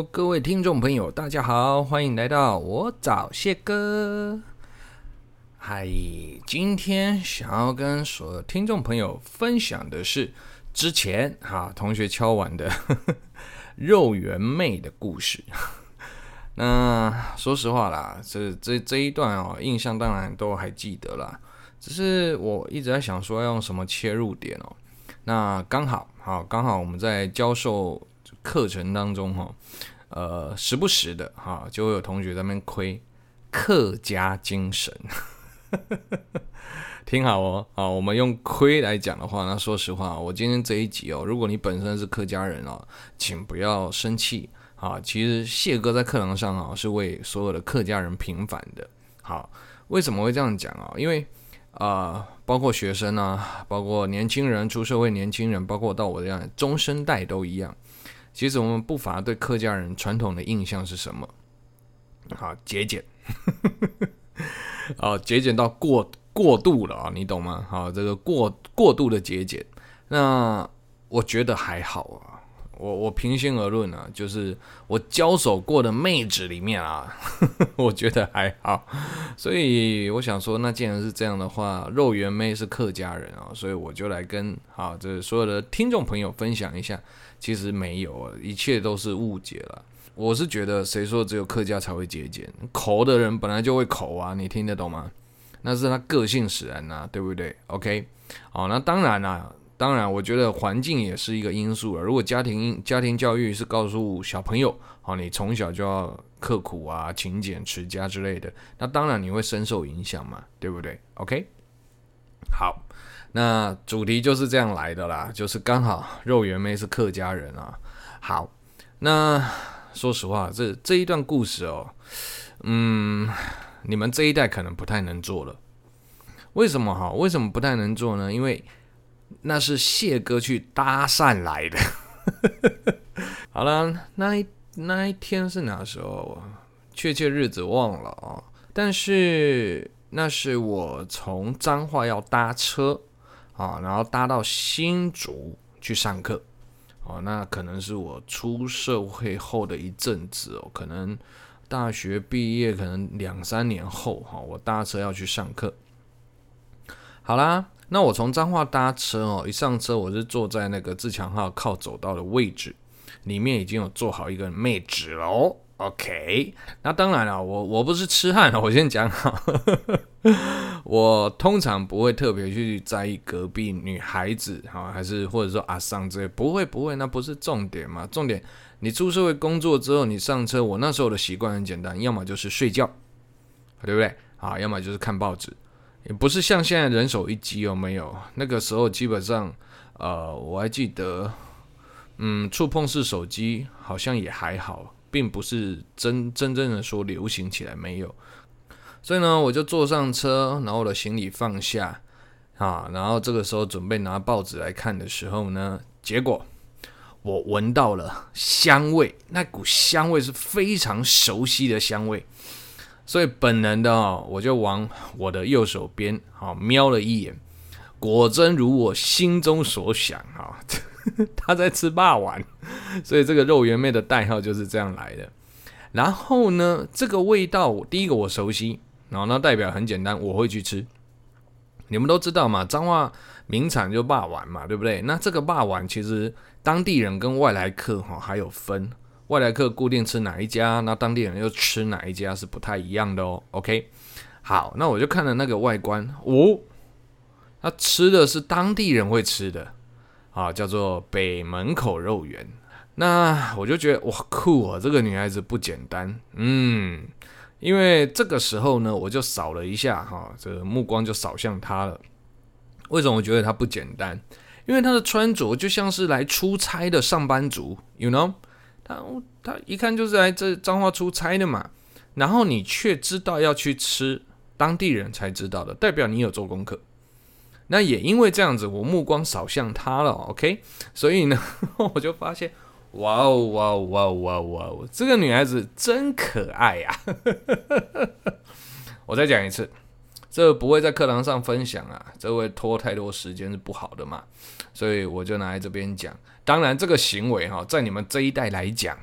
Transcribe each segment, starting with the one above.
Hello， 各位听众朋友，大家好，欢迎来到我找谢哥。嗨，今天想要跟所有听众朋友分享的是之前同学敲完的肉圆妹的故事。那说实话啦，这一段印象当然都还记得啦，只是我一直在想说要用什么切入点哦。那刚好我们在教授课程当中时不时的就会有同学在那边亏客家精神。听好哦，我们用亏来讲的话，那说实话，我今天这一集如果你本身是客家人请不要生气其实谢哥在课堂上是为所有的客家人平反的。好，为什么会这样讲因为包括学生包括年轻人，出社会年轻人，包括到我这样的中生代都一样。其实我们不乏对客家人传统的印象是什么？节俭。节俭到过度了你懂吗？这个过度的节俭，那我觉得还好我平心而论就是我交手过的妹子里面我觉得还好。所以我想说，那既然是这样的话，肉圆妹是客家人所以我就来跟这所有的听众朋友分享一下，其实没有一切都是误解了。我是觉得谁说只有客家才会节俭？抠的人本来就会抠你听得懂吗？那是他个性使然对不对 ？OK， 那当然我觉得环境也是一个因素了。如果家庭教育是告诉小朋友你从小就要刻苦勤俭持家之类的，那当然你会深受影响嘛，对不对 ？OK， 好，那主题就是这样来的啦，就是刚好肉圆妹是客家人好，那说实话，这一段故事你们这一代可能不太能做了。为什么不太能做呢？因为那是谢哥去搭讪来的。好了，那一天是哪时候？确切日子忘了但是那是我从彰化要搭车然后搭到新竹去上课那可能是我出社会后的一阵子可能大学毕业可能2-3年后我搭车要去上课。好啦，那我从彰化搭车一上车我是坐在那个自强号靠走道的位置，里面已经有坐好一个妹纸了OK， 那当然了，我不是痴汉我先讲好。我通常不会特别去在意隔壁女孩子还是或者说阿桑之类，不会，那不是重点嘛。重点你出社会工作之后，你上车，我那时候的习惯很简单，要么就是睡觉，对不对要么就是看报纸，也不是像现在人手一机没有。那个时候基本上我还记得触碰式手机好像也还好，并不是真正的说流行起来，没有。所以呢，我就坐上车，然后我的行李放下然后这个时候准备拿报纸来看的时候呢，结果我闻到了香味，那股香味是非常熟悉的香味，所以本能的我就往我的右手边瞄了一眼，果真如我心中所想他在吃霸王，所以这个肉圆妹的代号就是这样来的。然后呢，这个味道第一个我熟悉，然后那代表很简单，我会去吃。你们都知道嘛，彰化名产就霸王嘛，对不对？那这个霸王其实当地人跟外来客还有分，外来客固定吃哪一家，那当地人又吃哪一家是不太一样的OK， 好，那我就看了那个外观他吃的是当地人会吃的叫做北门口肉圆。那我就觉得哇酷这个女孩子不简单因为这个时候呢，我就扫了一下这个目光就扫向她了。为什么我觉得她不简单？因为她的穿着就像是来出差的上班族 you know， 她一看就是来这彰化出差的嘛，然后你却知道要去吃当地人才知道的，代表你有做功课。那也因为这样子，我目光扫向她了 OK， 所以呢我就发现哇哦，这个女孩子真可爱我再讲一次，这不会在课堂上分享这会拖太多时间是不好的嘛，所以我就拿来这边讲。当然这个行为在你们这一代来讲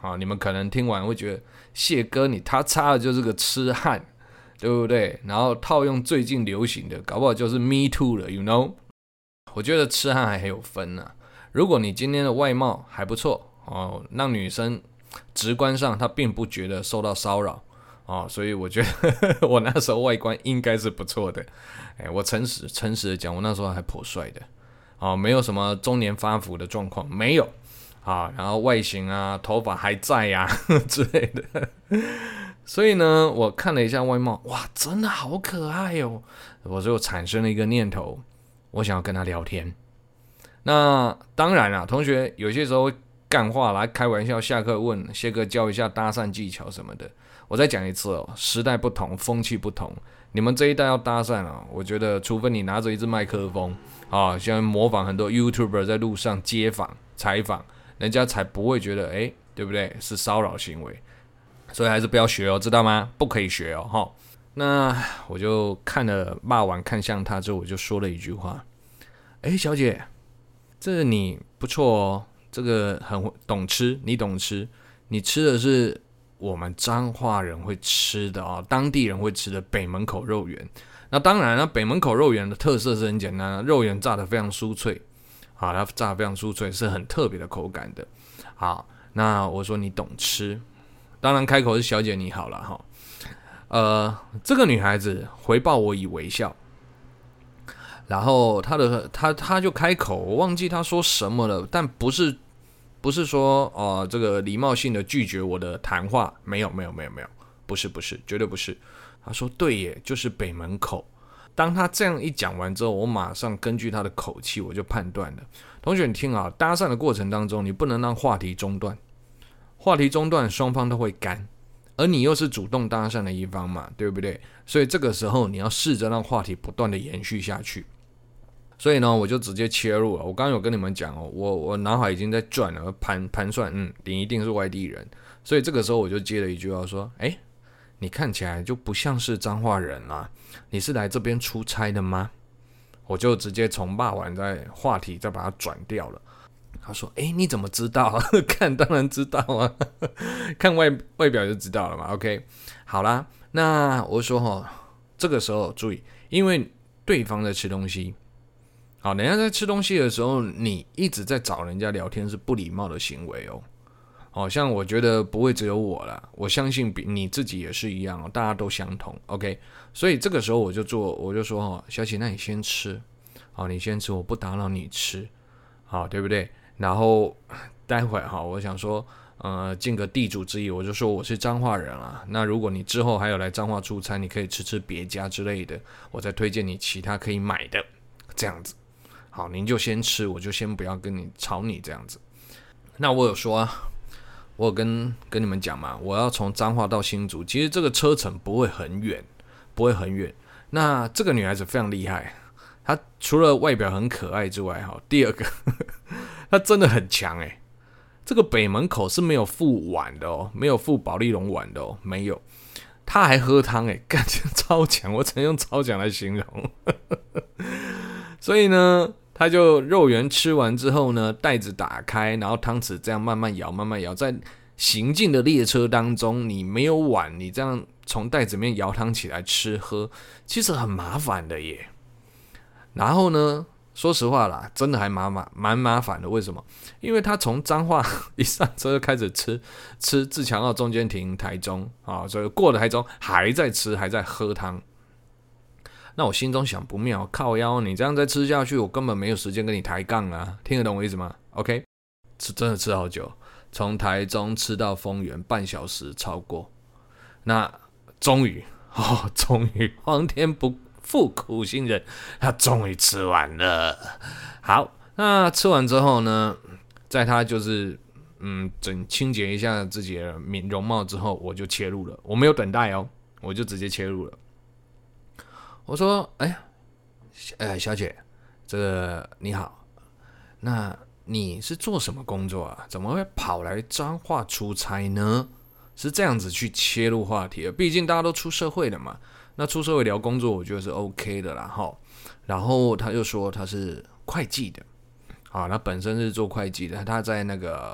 啊，你们可能听完会觉得谢哥他插的就是个痴汉，对不对？然后套用最近流行的，搞不好就是 Me Too 了 ，you know？ 我觉得痴汉还有分啊。如果你今天的外貌还不错哦，让女生直观上她并不觉得受到骚扰哦，所以我觉得我那时候外观应该是不错的。我诚实的讲，我那时候还颇帅的哦，没有什么中年发福的状况，没有。啊，然后外形啊，头发还在呀、之类的，所以呢，我看了一下外貌，哇，真的好可爱哦！我就产生了一个念头，我想要跟他聊天。那当然啦，同学有些时候干话来开玩笑，下课问谢哥教一下搭讪技巧什么的。我再讲一次哦，时代不同，风气不同，你们这一代要搭讪啊，我觉得除非你拿着一支麦克风啊，像模仿很多 YouTuber 在路上街访采访。人家才不会觉得对不对？是骚扰行为，所以还是不要学哦，知道吗？不可以学哦，齁。那我就看了骂完看向他之后，我就说了一句话：小姐，这你不错哦，这个很懂吃，你懂吃，你吃的是我们彰化人会吃的哦，当地人会吃的北门口肉圆。那当然了，北门口肉圆的特色是很简单，肉圆炸得非常酥脆。好，它炸得非常酥脆，是很特别的口感的。好，那我说你懂吃，当然开口是小姐你好了哈。这个女孩子回报我以微笑，然后她就开口，我忘记她说什么了，但不是说这个礼貌性的拒绝我的谈话，没有，不是，绝对不是。她说对耶，就是北门口。当他这样一讲完之后，我马上根据他的口气，我就判断了。同学，你听啊，搭讪的过程当中，你不能让话题中断，话题中断，双方都会干，而你又是主动搭讪的一方嘛，对不对？所以这个时候你要试着让话题不断的延续下去。所以呢，我就直接切入了。我刚刚有跟你们讲哦，我脑海已经在转了，盘算，你一定是外地人，所以这个时候我就接了一句话说，你看起来就不像是彰化人啊，你是来这边出差的吗？我就直接从骂完再话题再把它转掉了。他说你怎么知道？看当然知道啊，看外表就知道了嘛。 OK， 好啦，那我说这个时候注意，因为对方在吃东西，好，人家在吃东西的时候，你一直在找人家聊天是不礼貌的行为哦。像我觉得不会只有我啦，我相信你自己也是一样大家都相同 ，OK。所以这个时候我就说小姐，那你先吃，好，你先吃，我不打扰你吃，好，对不对？然后待会我想说，尽个地主之谊，我就说我是彰化人啊。那如果你之后还有来彰化出差，你可以吃别家之类的，我再推荐你其他可以买的，这样子。好，您就先吃，我就先不要跟你吵你这样子。那我有说我有跟你们讲嘛，我要从彰化到新竹，其实这个车程不会很远。那这个女孩子非常厉害，她除了外表很可爱之外，第二个她真的很强这个北门口是没有附碗的没有附保丽龙碗的没有。她还喝汤干超强，我只能用超强来形容。所以呢，他就肉圆吃完之后呢，袋子打开，然后汤匙这样慢慢摇，在行进的列车当中，你没有碗，你这样从袋子里面摇汤起来吃喝，其实很麻烦的耶。然后呢，说实话啦，真的还蛮麻烦的。为什么？因为他从彰化一上车就开始吃自强号中间停台中所以过了台中还在吃，还在喝汤。那我心中想不妙，靠腰，你这样再吃下去，我根本没有时间跟你抬杠啊，听得懂我意思吗 ？OK， 真的吃好久，从台中吃到丰原半小时超过。那终于，皇天不负苦心人，他终于吃完了。好，那吃完之后呢，在他就是清洁一下自己的容貌之后，我就切入了，我没有等待我就直接切入了。我说小姐，这个你好，那你是做什么工作啊？怎么会跑来彰化出差呢？是这样子去切入话题的，毕竟大家都出社会了嘛。那出社会聊工作，我觉得是 OK 的啦然后他就说他是会计的，他本身是做会计的，他在那个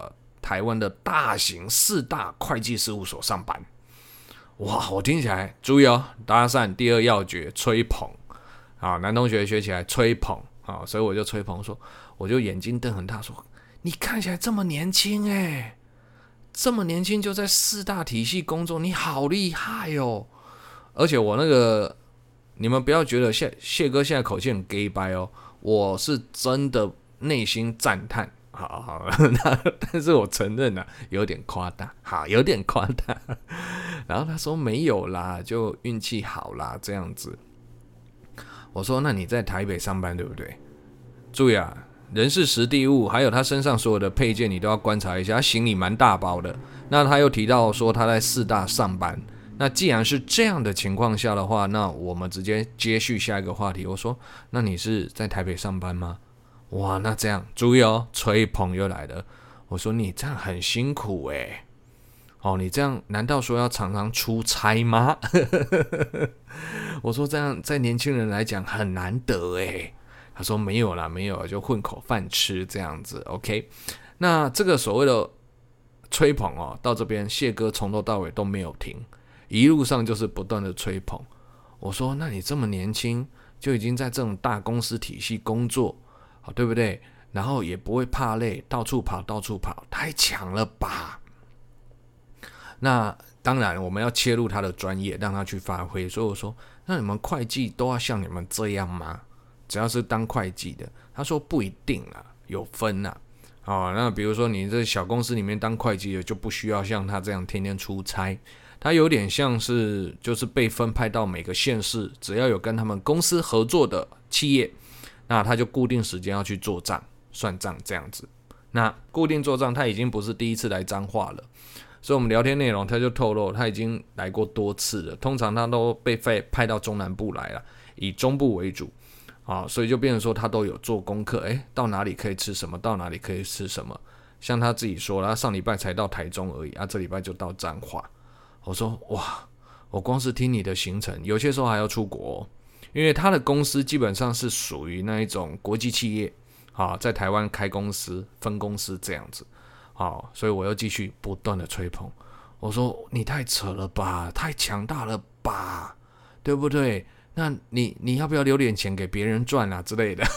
台湾的大型4大会计事务所上班。哇，我听起来，注意哦，搭讪第二要诀，吹捧。好，男同学学起来，吹捧。好，所以我就吹捧说，我就眼睛瞪很大说，你看起来这么年轻这么年轻就在4大体系工作，你好厉害哦！而且我那个，你们不要觉得谢哥现在口气很 gay 掰哦，我是真的内心赞叹。好，但是我承认啊，有点夸大，好，有点夸大。然后他说没有啦，就运气好啦，这样子。我说那你在台北上班对不对？注意啊，人事时地物，还有他身上所有的配件，你都要观察一下。他行李蛮大包的。那他又提到说他在4大上班。那既然是这样的情况下的话，那我们直接接续下一个话题。我说那你是在台北上班吗？哇，那这样注意哦，吹捧又来了。我说你这样很辛苦你这样难道说要常常出差吗？我说这样在年轻人来讲很难得他说没有啦，就混口饭吃这样子。OK， 那这个所谓的吹捧到这边谢哥从头到尾都没有停，一路上就是不断的吹捧。我说那你这么年轻就已经在这种大公司体系工作，对不对？然后也不会怕累，到处跑，太强了吧？那当然，我们要切入他的专业，让他去发挥。所以我说，那你们会计都要像你们这样吗？只要是当会计的，他说不一定啦，有分啦。那比如说你这小公司里面当会计的，就不需要像他这样天天出差。他有点像是就是被分派到每个县市，只要有跟他们公司合作的企业，那他就固定时间要去做账、算账这样子。那固定做账，他已经不是第一次来彰化了，所以我们聊天内容他就透露他已经来过多次了。通常他都被派到中南部来了，以中部为主。所以就变成说他都有做功课，到哪里可以吃什么，到哪里可以吃什么。像他自己说了，他上礼拜才到台中而已，这礼拜就到彰化。我说哇，我光是听你的行程，有些时候还要出国因为他的公司基本上是属于那一种国际企业，在台湾开公司、分公司这样子。所以我又继续不断的吹捧。我说你太扯了吧，太强大了吧，对不对？那你要不要留点钱给别人赚啊之类的？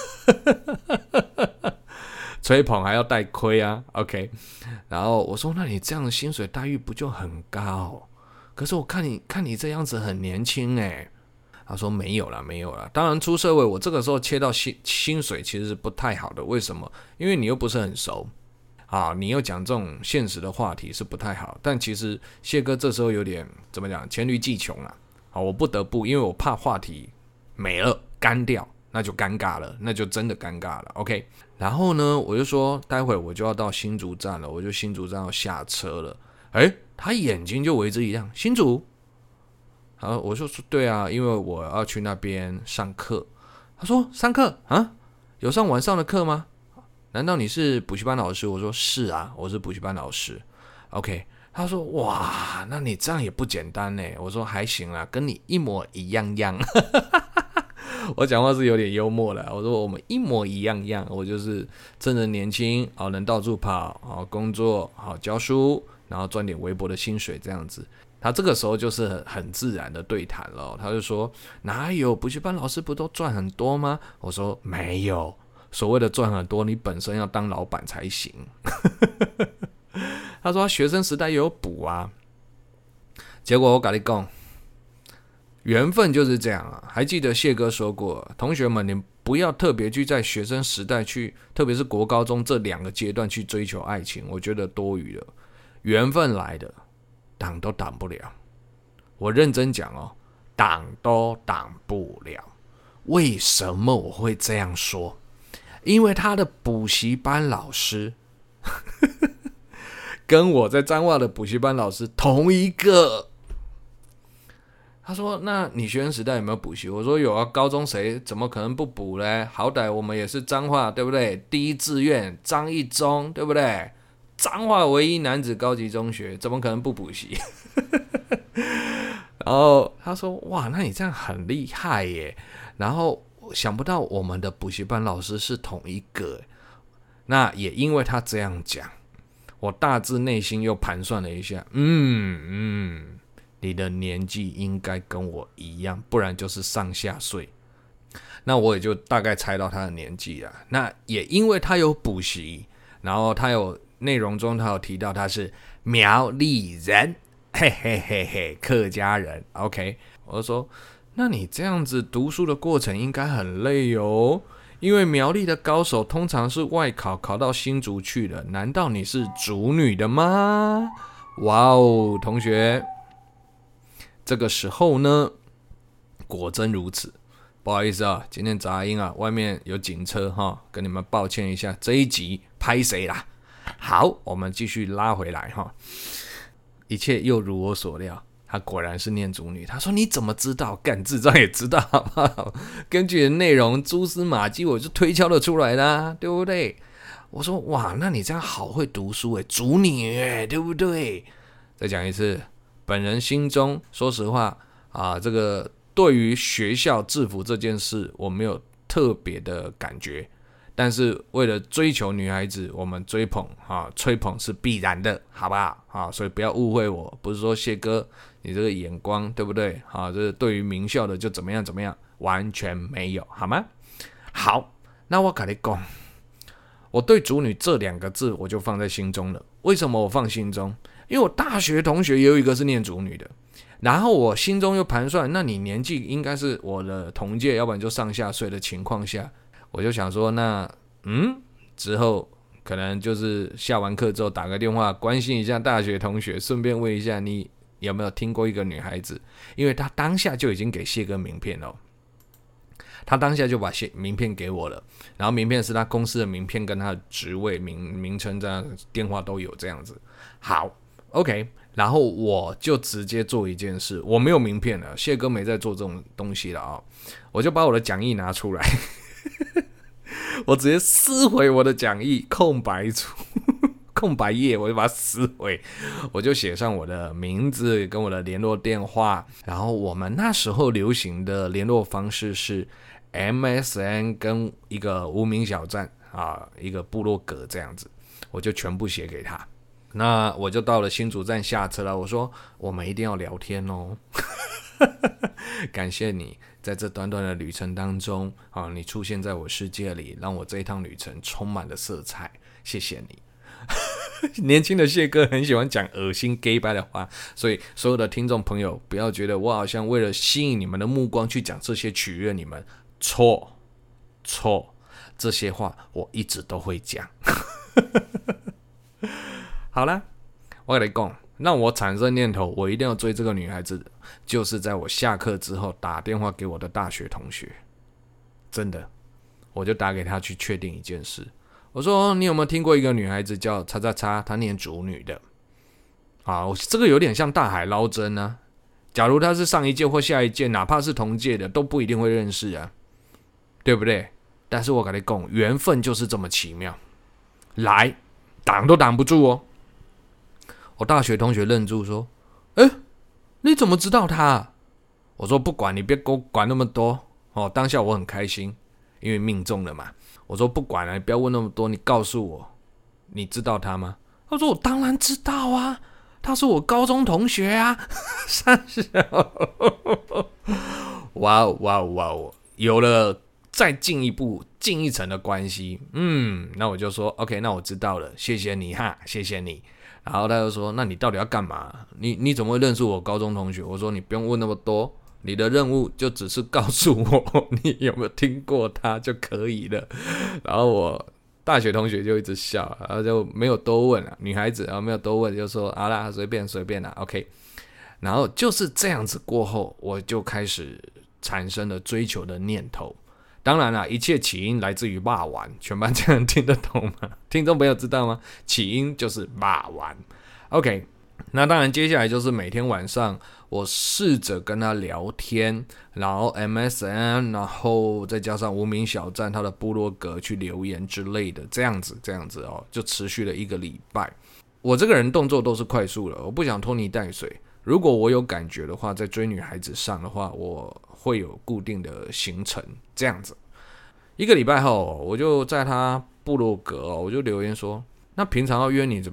吹捧还要带亏啊 ，OK。然后我说，那你这样的薪水待遇不就很高？可是我看你这样子很年轻他说没有啦。当然出社会，我这个时候切到薪水其实是不太好的。为什么？因为你又不是很熟你又讲这种现实的话题是不太好。但其实谢哥这时候有点怎么讲，黔驴技穷啊。我不得不，因为我怕话题没了干掉，那就尴尬了，那就真的尴尬了 OK。 然后呢我就说待会我就要到新竹站了，我就新竹站要下车了。他眼睛就为之一亮，新竹？我就说对啊，因为我要去那边上课。他说上课啊？有上晚上的课吗？难道你是补习班老师？我说是啊，我是补习班老师 OK。他说哇，那你这样也不简单我说还行啦，跟你一模一样样。我讲话是有点幽默了。我说我们一模一样样，我就是真的年轻能到处跑工作教书，然后赚点微薄的薪水这样子。他这个时候就是很自然的对谈了。他就说哪有，补习班老师不都赚很多吗？我说没有，所谓的赚很多，你本身要当老板才行。他说他学生时代也有补啊，结果我跟你讲，缘分就是这样啊。还记得谢哥说过，同学们，你不要特别去在学生时代去，特别是国高中这2个阶段去追求爱情，我觉得多余了。缘分来的，挡都挡不了。我认真讲挡都挡不了。为什么我会这样说？因为他的补习班老师跟我在彰化的补习班老师同一个。他说那你学生时代有没有补习？我说有啊，高中谁怎么可能不补呢？好歹我们也是彰化，对不对？第一志愿彰一中，对不对？彰化唯一男子高级中学，怎么可能不补习？然后他说哇，那你这样很厉害耶。然后想不到我们的补习班老师是同一个。那也因为他这样讲， 我大致内心又盘算了一下，你的年纪应该跟我一样，不然就是上下岁。那我也就大概猜到他的年纪了。那也因为他有补习，然后他有内容中他有提到他是苗栗人，嘿嘿嘿嘿，客家人。OK， 我就说，那你这样子读书的过程应该很累哦，因为苗栗的高手通常是外考考到新竹去的，难道你是竹女的吗？哇哦，同学，这个时候呢，果真如此。不好意思啊，今天杂音啊，外面有警车哈，跟你们抱歉一下。这一集拍谁啦？好，我们继续拉回来哈。一切又如我所料，她果然是念竹女。她说：“你怎么知道？干智障也知道，好不好？根据内容蛛丝马迹，我就推敲得出来啦，对不对？”我说：“哇，那你这样好会读书诶，竹女诶，对不对？”再讲一次，本人心中说实话啊，这个。对于学校制服这件事，我没有特别的感觉，但是为了追求女孩子，我们追捧吹捧是必然的，好不好？所以不要误会我，不是说谢哥你这个眼光对不对？这对于名校的就怎么样怎么样，完全没有，好吗？好，那我跟你讲，我对竹女这2个字我就放在心中了。为什么我放心中？因为我大学同学也有一个是念竹女的。然后我心中又盘算，那你年纪应该是我的同届，要不然就上下岁的情况下，我就想说，那之后可能就是下完课之后打个电话关心一下大学同学，顺便问一下你有没有听过一个女孩子，因为她当下就已经给谢哥名片了，他当下就把名片给我了，然后名片是他公司的名片，跟他的职位名称这样，电话都有这样子。好 ，OK。然后我就直接做一件事，我没有名片了，谢哥没在做这种东西了啊，我就把我的讲义拿出来，我直接撕毁我的讲义，空白页，我就把它撕毁，我就写上我的名字跟我的联络电话，然后我们那时候流行的联络方式是 MSN 跟一个无名小站一个部落格这样子，我就全部写给他。那我就到了新竹站下车了，我说我们一定要聊天哦感谢你在这短短的旅程当中你出现在我世界里，让我这一趟旅程充满了色彩，谢谢你年轻的谢哥很喜欢讲恶心 gay 掰的话，所以所有的听众朋友不要觉得我好像为了吸引你们的目光去讲这些取悦你们，错，这些话我一直都会讲好啦，我跟你讲，让我产生念头我一定要追这个女孩子，就是在我下课之后打电话给我的大学同学，真的，我就打给他去确定一件事。我说你有没有听过一个女孩子叫叉叉叉，她念竹女的这个有点像大海捞针啊，假如她是上一届或下一届，哪怕是同届的都不一定会认识啊，对不对？但是我跟你讲，缘分就是这么奇妙，来挡都挡不住哦。我大学同学愣住说：“你怎么知道他？”我说：“不管，你别给我管那么多当下我很开心，因为命中了嘛。我说：“不管了，你不要问那么多，你告诉我，你知道他吗？”他说：“我当然知道啊，他是我高中同学啊。”哇哦，有了再进一层的关系，那我就说 OK， 那我知道了，谢谢你哈，谢谢你。然后他就说：“那你到底要干嘛？你怎么会认识我高中同学？”我说：“你不用问那么多，你的任务就只是告诉我你有没有听过他就可以了。”然后我大学同学就一直笑，然后就没有多问了，女孩子没有多问，就说：“好啦，随便啦 ，OK。”然后就是这样子过后，我就开始产生了追求的念头。当然啦，一切起因来自于肉丸，全班这样听得懂吗？听众朋友知道吗？起因就是肉丸。OK， 那当然接下来就是每天晚上我试着跟他聊天，然后 MSN， 然后再加上无名小站他的部落格去留言之类的，这样子就持续了1个礼拜。我这个人动作都是快速的，我不想拖泥带水。如果我有感觉的话，在追女孩子上的话，我会有固定的行程，这样子。1个礼拜后，我就在他部落格我就留言说：“那平常要约你怎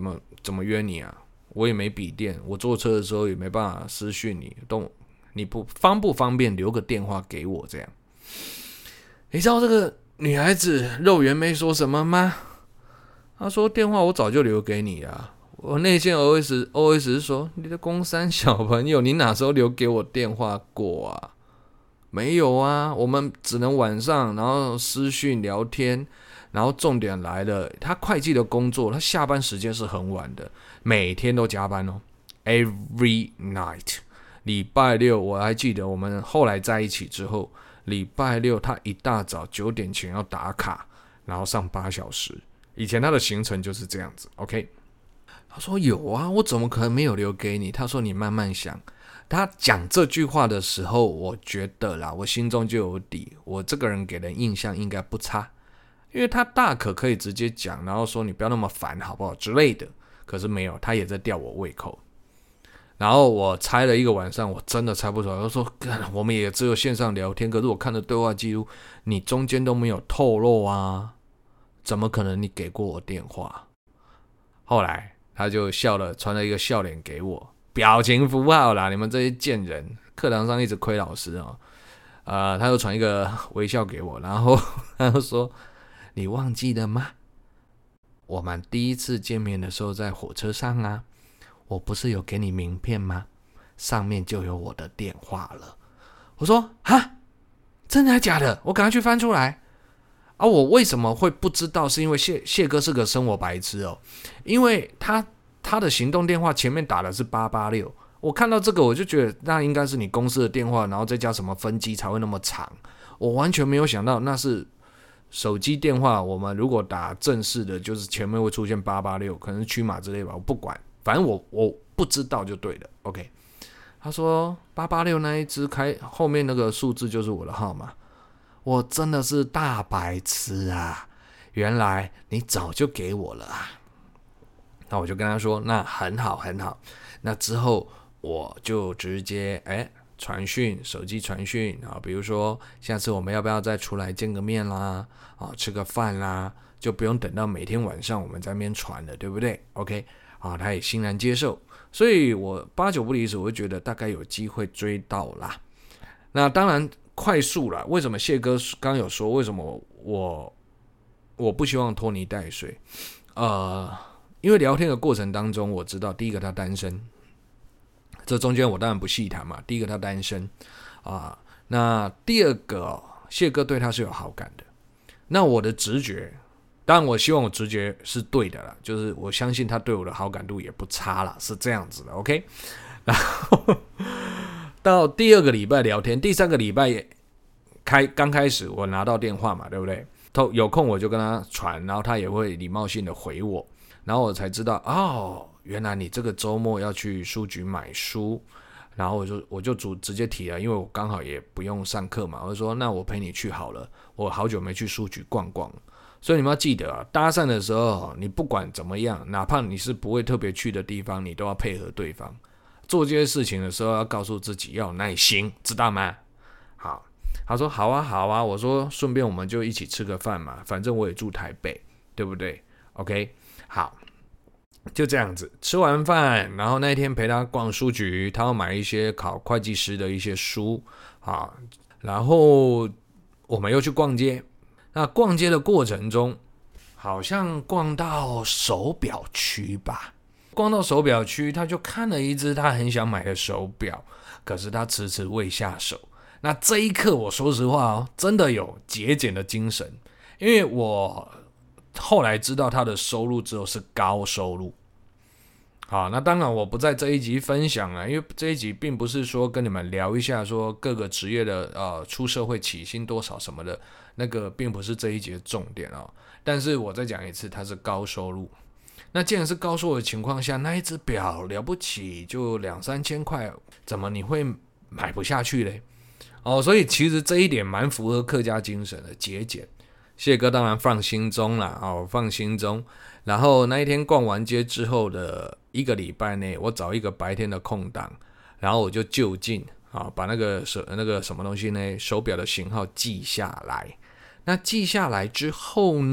怎么约你啊？我也没笔电，我坐车的时候也没办法私讯你，你不方便留个电话给我这样？你知道这个女孩子肉圆妹说什么吗？她说电话我早就留给你啊。我内心 OS 是说，你的公三小朋友，你哪时候留给我电话过啊？没有啊，我们只能晚上然后私讯聊天。然后重点来了，他会计的工作，他下班时间是很晚的，每天都加班哦 ，every night。礼拜六我还记得，我们后来在一起之后，礼拜六他一大早9点前要打卡，然后上8小时。以前他的行程就是这样子 ，OK。他说有啊，我怎么可能没有留给你？他说你慢慢想。他讲这句话的时候，我觉得啦，我心中就有底，我这个人给人印象应该不差。因为他大可以直接讲，然后说你不要那么烦好不好之类的，可是没有，他也在吊我胃口。然后我猜了一个晚上，我真的猜不出来。我说我们也只有线上聊天，可是我看的对话记录，你中间都没有透露啊，怎么可能你给过我电话？后来他就笑了，传了一个笑脸给我，表情符号啦，你们这些贱人，课堂上一直亏老师哦。他又传一个微笑给我，然后他就说。你忘记了吗？我们第一次见面的时候在火车上啊，我不是有给你名片吗？上面就有我的电话了。我说哈，真的还假的？我赶快去翻出来。我为什么会不知道？是因为谢哥是个生活白痴哦，因为他的行动电话前面打的是886，我看到这个我就觉得那应该是你公司的电话，然后再加什么分机才会那么长。我完全没有想到那是。手机电话，我们如果打正式的，就是前面会出现886，可能是区码之类吧，我不管，反正我不知道就对了。OK， 他说886那一支后面那个数字就是我的号码，我真的是大白痴啊！原来你早就给我了啊！那我就跟他说，那很好很好，那之后我就直接传讯，手机传讯啊，比如说下次我们要不要再出来见个面啦，吃个饭啦，就不用等到每天晚上我们在那边传了，对不对 ？OK， 他也欣然接受，所以我8九不离十，我就觉得大概有机会追到啦。那当然快速啦，为什么谢哥刚有说为什么我不希望拖泥带水？因为聊天的过程当中，我知道第一个他单身。这中间我当然不细谈嘛。第一个他单身那第二个谢哥对他是有好感的。那我的直觉，当然我希望我直觉是对的啦，就是我相信他对我的好感度也不差啦，是这样子的 OK。然后到第2个礼拜聊天，第3个礼拜刚开始我拿到电话嘛，对不对？有空我就跟他传，然后他也会礼貌性的回我，然后我才知道原来你这个周末要去书局买书，然后我就直接提了，因为我刚好也不用上课嘛，我就说那我陪你去好了，我好久没去书局逛逛了。所以你们要记得啊，搭讪的时候你不管怎么样，哪怕你是不会特别去的地方，你都要配合对方。做这些事情的时候要告诉自己要有耐心，知道吗？好，他说好啊好啊，我说顺便我们就一起吃个饭嘛，反正我也住台北，对不对 ？OK， 好。就这样子吃完饭，然后那一天陪他逛书局，他要买一些考会计师的一些书然后我们又去逛街。那逛街的过程中，好像逛到手表区吧。逛到手表区，他就看了一只他很想买的手表，可是他迟迟未下手。那这一刻，我说实话真的有节俭的精神，因为我后来知道他的收入之后是高收入。好，那当然我不在这一集分享了，因为这一集并不是说跟你们聊一下说各个职业的出社会起薪多少什么的，那个并不是这一集的重点但是我再讲一次，它是高收入。那既然是高收入的情况下，那一只表了不起就2-3千块，怎么你会买不下去嘞？所以其实这一点蛮符合客家精神的，节俭。谢哥当然放心中啦，放心中。然后那一天逛完街之后的1个礼拜内，我找一个白天的空档，然后我就就近把那个什么东西呢，手表的型号记下来。那记下来之后呢，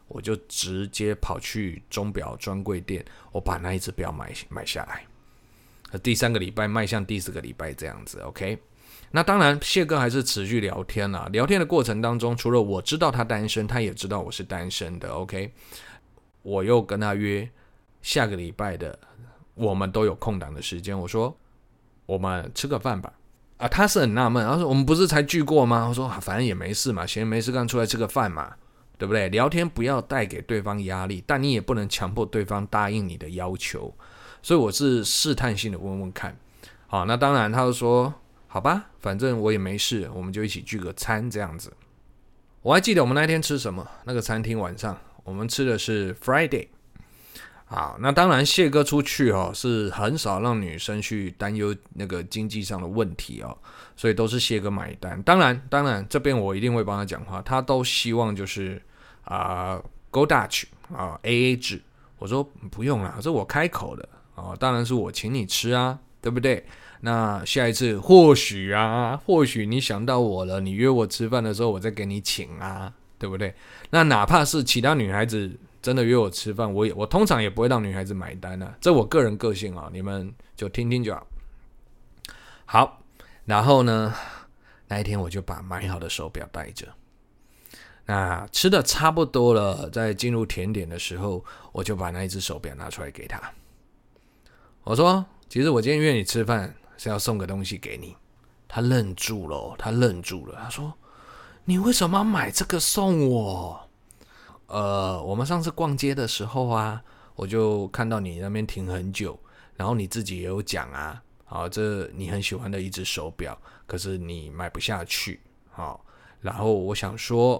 我就直接跑去钟表专柜店，我把那一只表买下来。第3个礼拜迈向第4个礼拜这样子 ，OK。那当然，谢哥还是持续聊天啦。聊天的过程当中，除了我知道他单身，他也知道我是单身的 ，OK。我又跟他约下个礼拜的，我们都有空档的时间。我说我们吃个饭吧。他是很纳闷，他说我们不是才聚过吗？我说反正也没事嘛，闲没事干出来吃个饭嘛，对不对？聊天不要带给对方压力，但你也不能强迫对方答应你的要求。所以我是试探性的问问看。好，那当然他就说好吧，反正我也没事，我们就一起聚个餐这样子。我还记得我们那天吃什么，那个餐厅晚上我们吃的是 Friday。好，那当然谢哥出去是很少让女生去担忧那个经济上的问题所以都是谢哥买单。当然这边我一定会帮他讲话，他都希望就是Go Dutch AA 制。我说不用啦，这我开口的当然是我请你吃啊，对不对？那下一次或许你想到我了，你约我吃饭的时候我再给你请啊，对不对？那哪怕是其他女孩子真的约我吃饭，我通常也不会让女孩子买单啊，这我个人个性你们就听听就好。好，然后呢，那一天我就把买好的手表带着。那吃的差不多了，在进入甜点的时候，我就把那一只手表拿出来给他。我说，其实我今天约你吃饭是要送个东西给你。他愣住了，他说，你为什么要买这个送我？我们上次逛街的时候我就看到你那边停很久，然后你自己也有讲这你很喜欢的一只手表，可是你买不下去，然后我想说，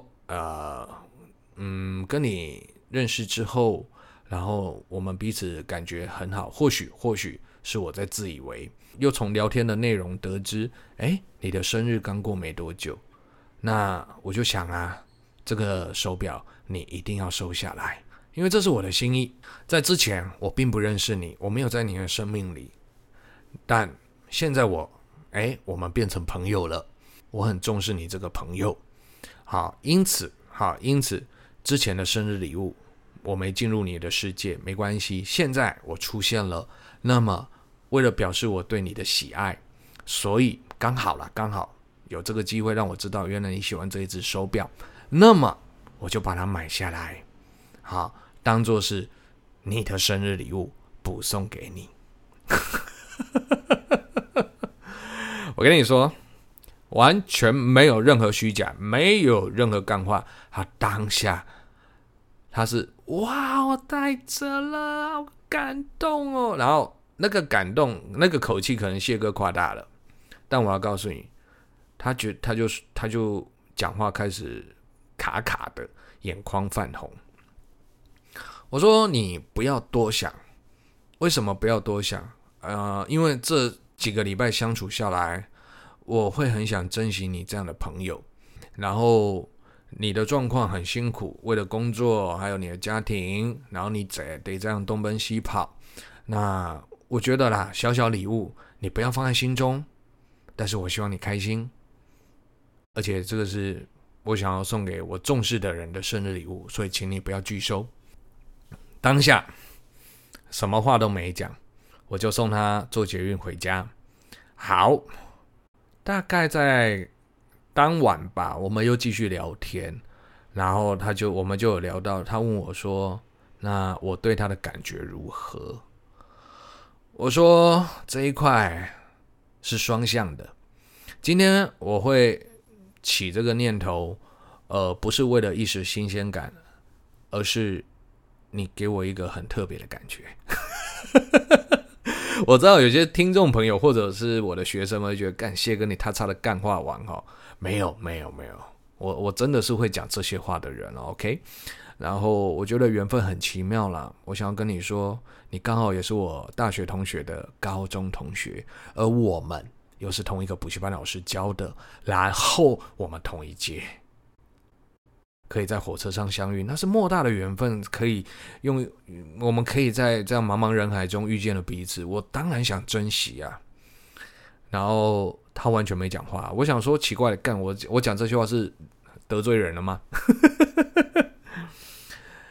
跟你认识之后，然后我们彼此感觉很好，或许是我在自以为，又从聊天的内容得知，你的生日刚过没多久，那我就想这个手表你一定要收下来，因为这是我的心意。在之前我并不认识你，我没有在你的生命里，但现在我们变成朋友了，我很重视你这个朋友。因此之前的生日礼物我没进入你的世界，没关系，现在我出现了，那么为了表示我对你的喜爱，所以刚好有这个机会让我知道原来你喜欢这一只手表，那么我就把它买下来，当作是你的生日礼物补送给你。我跟你说，完全没有任何虚假，没有任何干话，他当下他是哇，我带着了，好感动哦。然后那个感动，那个口气可能谢哥夸大了，但我要告诉你，他就讲话开始卡卡的，眼眶泛红。我说你不要多想，为什么不要多想？因为这几个礼拜相处下来，我会很想珍惜你这样的朋友。然后你的状况很辛苦，为了工作还有你的家庭，然后你得这样东奔西跑。那我觉得啦，小小礼物你不要放在心中，但是我希望你开心，而且这个是我想要送给我重视的人的生日礼物，所以请你不要拒收。当下什么话都没讲，我就送他坐捷运回家。好，大概在当晚吧，我们又继续聊天，然后我们就有聊到，他问我说，那我对他的感觉如何？我说这一块是双向的，今天我会起这个念头，不是为了一时新鲜感，而是你给我一个很特别的感觉。我知道有些听众朋友或者是我的学生们会觉得，干谢哥你他差的干话王没有，我真的是会讲这些话的人 OK。 然后我觉得缘分很奇妙啦，我想要跟你说，你刚好也是我大学同学的高中同学，而我们又是同一个补习班老师教的，然后我们同一届，可以在火车上相遇，那是莫大的缘分，我们可以在这样茫茫人海中遇见了彼此，我当然想珍惜啊。然后他完全没讲话，我想说奇怪的，干我讲这句话是得罪人了吗？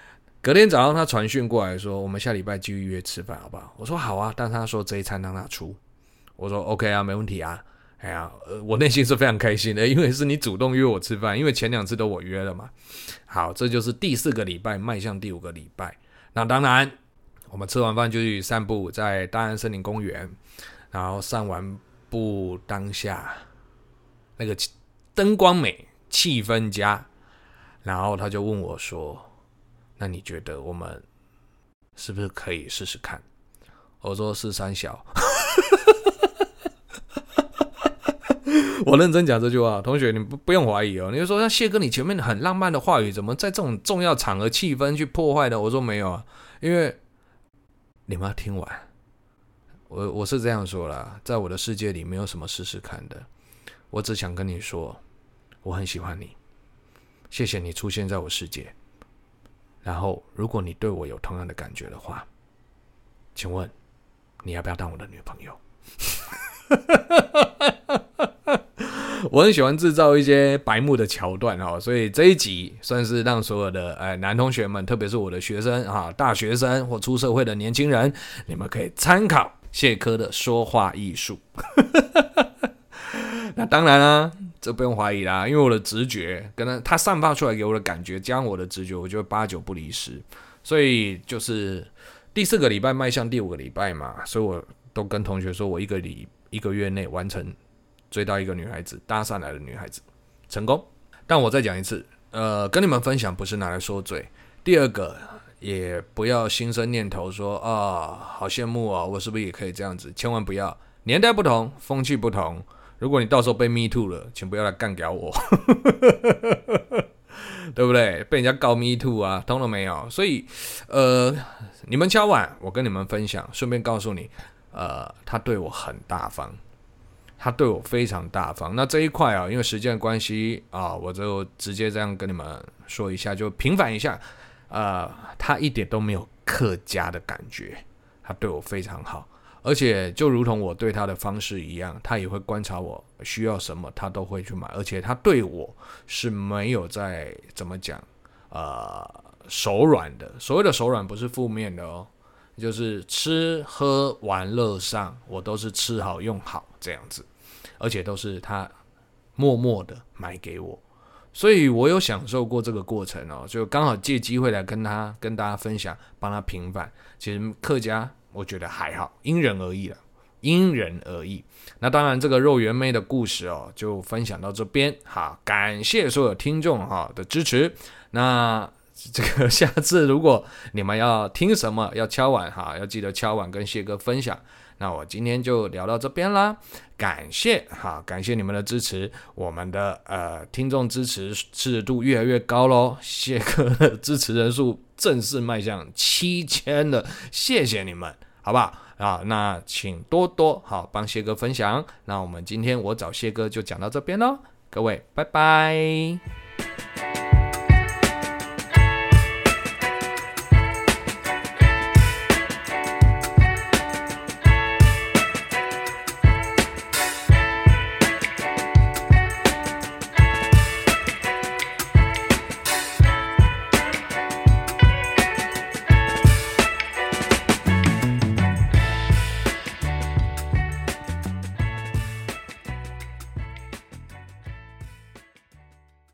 隔天早上他传讯过来说，我们下礼拜继续约吃饭好不好？我说好啊，但他说这一餐让他出。我说 OK 啊，没问题啊。哎呀，我内心是非常开心的，因为是你主动约我吃饭，因为前2次都我约了嘛。好，这就是第4个礼拜迈向第5个礼拜。那当然，我们吃完饭就去散步，在大安森林公园，然后散完步当下，那个灯光美，气氛佳，然后他就问我说：“那你觉得我们是不是可以试试看？”我说：“是三小。”我认真讲这句话，同学你不用怀疑哦。你就说，那谢哥你前面很浪漫的话语，怎么在这种重要场合气氛去破坏的？我说没有啊，因为你们要听完。我是这样说啦，在我的世界里没有什么试试看的，我只想跟你说，我很喜欢你，谢谢你出现在我世界。然后，如果你对我有同样的感觉的话，请问你要不要当我的女朋友？我很喜欢制造一些白目的桥段，所以这一集算是让所有的男同学们，特别是我的学生大学生或出社会的年轻人，你们可以参考谢科的说话艺术。那当然啦，这不用怀疑啦，因为我的直觉跟他散发出来给我的感觉，加上我的直觉，我就会8-9不离10。所以就是第4个礼拜迈向第5个礼拜嘛，所以我都跟同学说，我一个月内完成追到一个女孩子，搭上来的女孩子，成功。但我再讲一次，跟你们分享不是拿来说嘴。第二个，也不要心生念头说好羡慕啊，我是不是也可以这样子？千万不要，年代不同，风气不同。如果你到时候被 me too 了，请不要来干掉我，对不对？被人家告 me too 啊，通了没有？所以，你们敲碗，我跟你们分享，顺便告诉你，他对我很大方。他对我非常大方，那这一块因为时间的关系我就直接这样跟你们说一下，就平反一下。他一点都没有客家的感觉，他对我非常好，而且就如同我对他的方式一样，他也会观察我需要什么，他都会去买，而且他对我是没有在怎么讲手软的。所谓的手软不是负面的哦，就是吃喝玩乐上我都是吃好用好这样子，而且都是他默默的买给我，所以我有享受过这个过程哦，就刚好借机会来跟大家分享，帮他平反。其实客家我觉得还好，因人而异啦，因人而异。那当然这个肉圆妹的故事就分享到这边，好，感谢所有听众的支持。那这个下次如果你们要听什么，要敲碗要记得敲碗跟谢哥分享。那我今天就聊到这边啦，感谢你们的支持，我们的听众支持度越来越高咯，谢哥的支持人数正式迈向7000了，谢谢你们，好不好那请多多帮谢哥分享。那我们今天我找谢哥就讲到这边咯，各位拜拜。